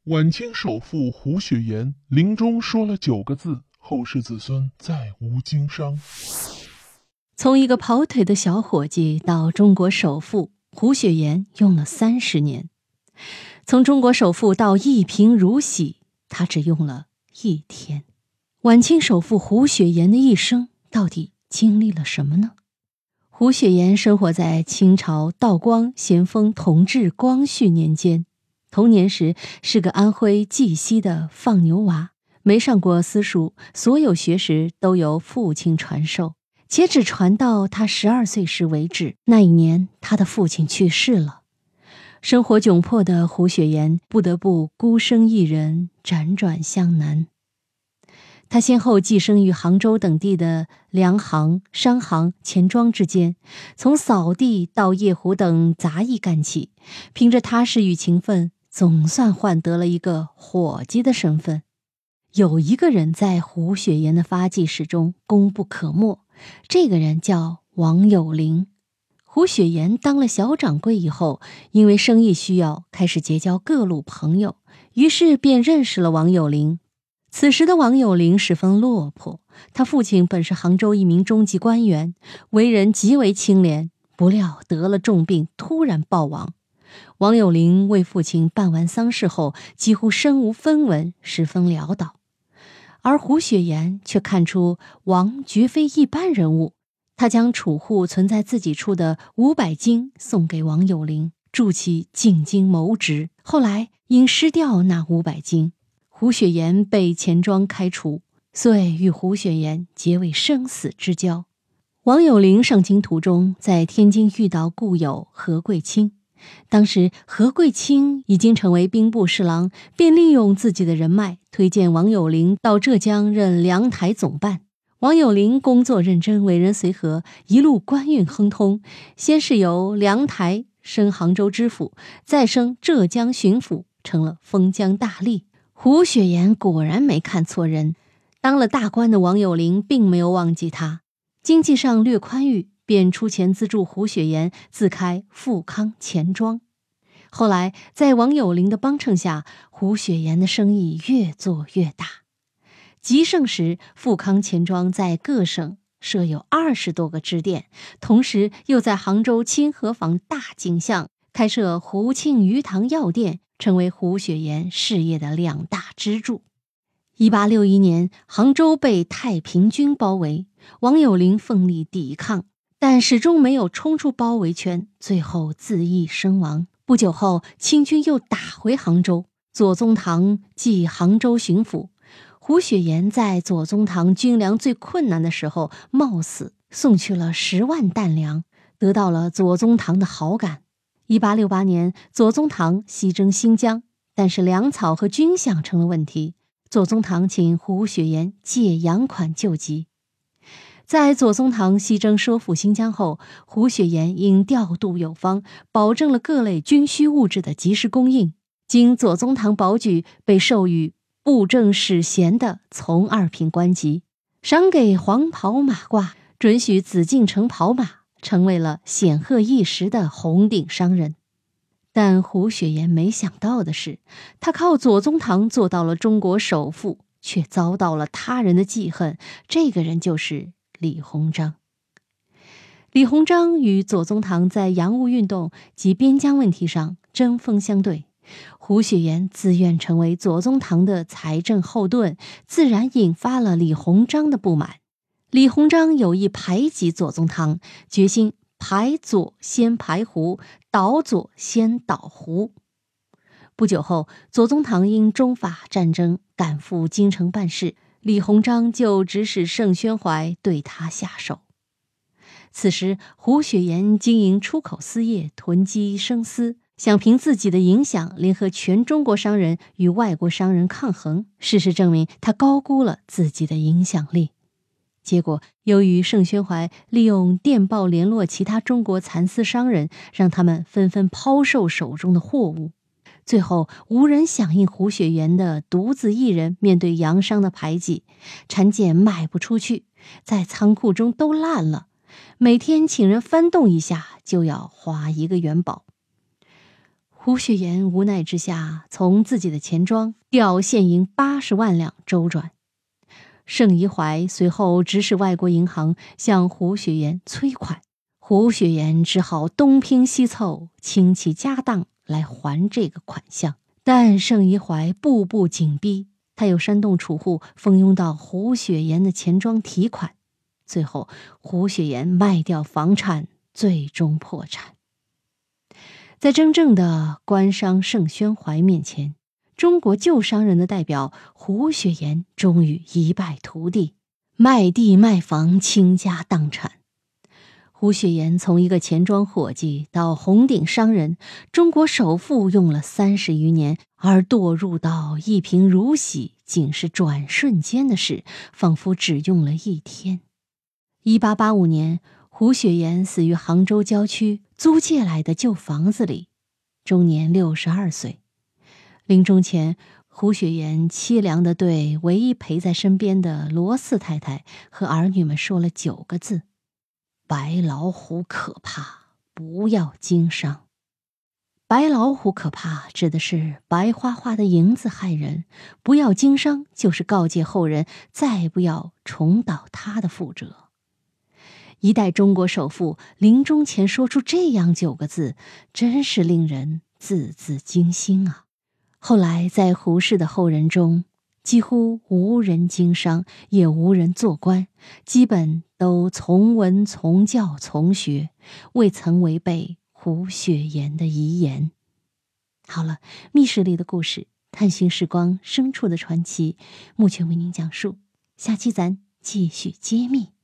晚清首富胡雪岩临终说了9个字，后世子孙再无经商。 从一个跑腿的小伙计到中国首富，胡雪岩用了30年。从中国首富到一贫如洗，他只用了1天。晚清首富胡雪岩的一生到底经历了什么呢？胡雪岩生活在清朝道光、咸丰、同治、光绪年间，童年时是个安徽绩溪的放牛娃，没上过私塾，所有学识都由父亲传授，且只传到他12岁时为止。那一年，他的父亲去世了，生活窘迫的胡雪岩不得不孤身一人辗转向南。他先后寄生于杭州等地的粮行、商行、钱庄之间，从扫地到夜壶等杂役干起，凭着踏实与勤奋，总算换得了一个伙计的身份。有一个人在胡雪岩的发迹史中功不可没，这个人叫王有龄。胡雪岩当了小掌柜以后，因为生意需要，开始结交各路朋友，于是便认识了王有龄。此时的王有龄十分落魄，他父亲本是杭州一名中级官员，为人极为清廉，不料得了重病，突然暴亡。王有龄为父亲办完丧事后，几乎身无分文，十分潦倒。而胡雪岩却看出王绝非一般人物，他将储户存在自己处的500金送给王有龄，助其进京谋职。后来因失掉那500金，胡雪岩被钱庄开除，遂与胡雪岩结为生死之交。王有龄上京途中，在天津遇到故友何贵卿，当时何贵卿已经成为兵部侍郎，便利用自己的人脉，推荐王有龄到浙江任粮台总办。王有龄工作认真，为人随和，一路官运亨通，先是由粮台升杭州知府，再升浙江巡抚，成了封疆大吏。胡雪岩果然没看错人，当了大官的王有龄并没有忘记他，经济上略宽裕，便出钱资助胡雪岩自开富康钱庄。后来在王有龄的帮衬下，胡雪岩的生意越做越大。极盛时，富康钱庄在各省设有20多个支店，同时又在杭州清河坊大井巷开设胡庆余堂药店，成为胡雪岩事业的2大支柱。1861年，杭州被太平军包围，王有龄奋力抵抗，但始终没有冲出包围圈，最后自缢身亡。不久后，清军又打回杭州，左宗棠继杭州巡抚。胡雪岩在左宗棠军粮最困难的时候，冒死送去了10万担粮，得到了左宗棠的好感。1868年，左宗棠西征新疆，但是粮草和军饷成了问题，左宗棠请胡雪岩借洋款救急。在左宗棠西征收复新疆后，胡雪岩因调度有方，保证了各类军需物质的及时供应，经左宗棠保举，被授予布政使衔的从2品官级，赏给黄袍马褂，准许紫禁城跑马，成为了显赫一时的红顶商人。但胡雪岩没想到的是，他靠左宗棠做到了中国首富，却遭到了他人的记恨。这个人就是李鸿章。李鸿章与左宗棠在洋务运动及边疆问题上针锋相对，胡雪岩自愿成为左宗棠的财政后盾，自然引发了李鸿章的不满。李鸿章有意排挤左宗棠，决心排左先排胡，倒左先倒胡。不久后，左宗棠因中法战争赶赴京城办事，李鸿章就指使盛宣怀对他下手。此时，胡雪岩经营出口丝业，囤积生丝，想凭自己的影响联合全中国商人与外国商人抗衡。事实证明，他高估了自己的影响力。结果，由于盛宣怀利用电报联络其他中国蚕丝商人，让他们纷纷抛售手中的货物。最后，无人响应胡雪岩的独自一人面对洋商的排挤，蚕茧卖不出去，在仓库中都烂了，每天请人翻动一下就要花1个元宝。 胡雪岩无奈之下，从自己的钱庄调现银80万两周转。盛宜怀随后指使外国银行向胡雪岩催款，胡雪岩只好东拼西凑，倾其家当来还这个款项。但盛宜怀步步紧逼，他又煽动储户蜂拥到胡雪岩的钱庄提款，最后胡雪岩卖掉房产，最终破产。在真正的官商盛宣怀面前，中国旧商人的代表胡雪岩终于一败涂地，卖地卖房，倾家荡产。胡雪岩从一个钱庄伙计到红顶商人，中国首富用了30余年，而堕入到一贫如洗仅是转瞬间的事，仿佛只用了1天。1885年，胡雪岩死于杭州郊区租借来的旧房子里，终年62岁。临终前，胡雪岩凄凉地对唯一陪在身边的罗四太太和儿女们说了9个字：白老虎可怕，不要经商。白老虎可怕指的是白花花的银子害人，不要经商就是告诫后人再不要重蹈他的覆辙。一代中国首富临终前说出这样9个字，真是令人字字惊心啊！后来在胡适的后人中，几乎无人经商，也无人做官，基本都从文从教从学，未曾违背胡雪岩的遗言。好了，密室里的故事，探寻时光深处的传奇，目前为您讲述，下期咱继续揭秘。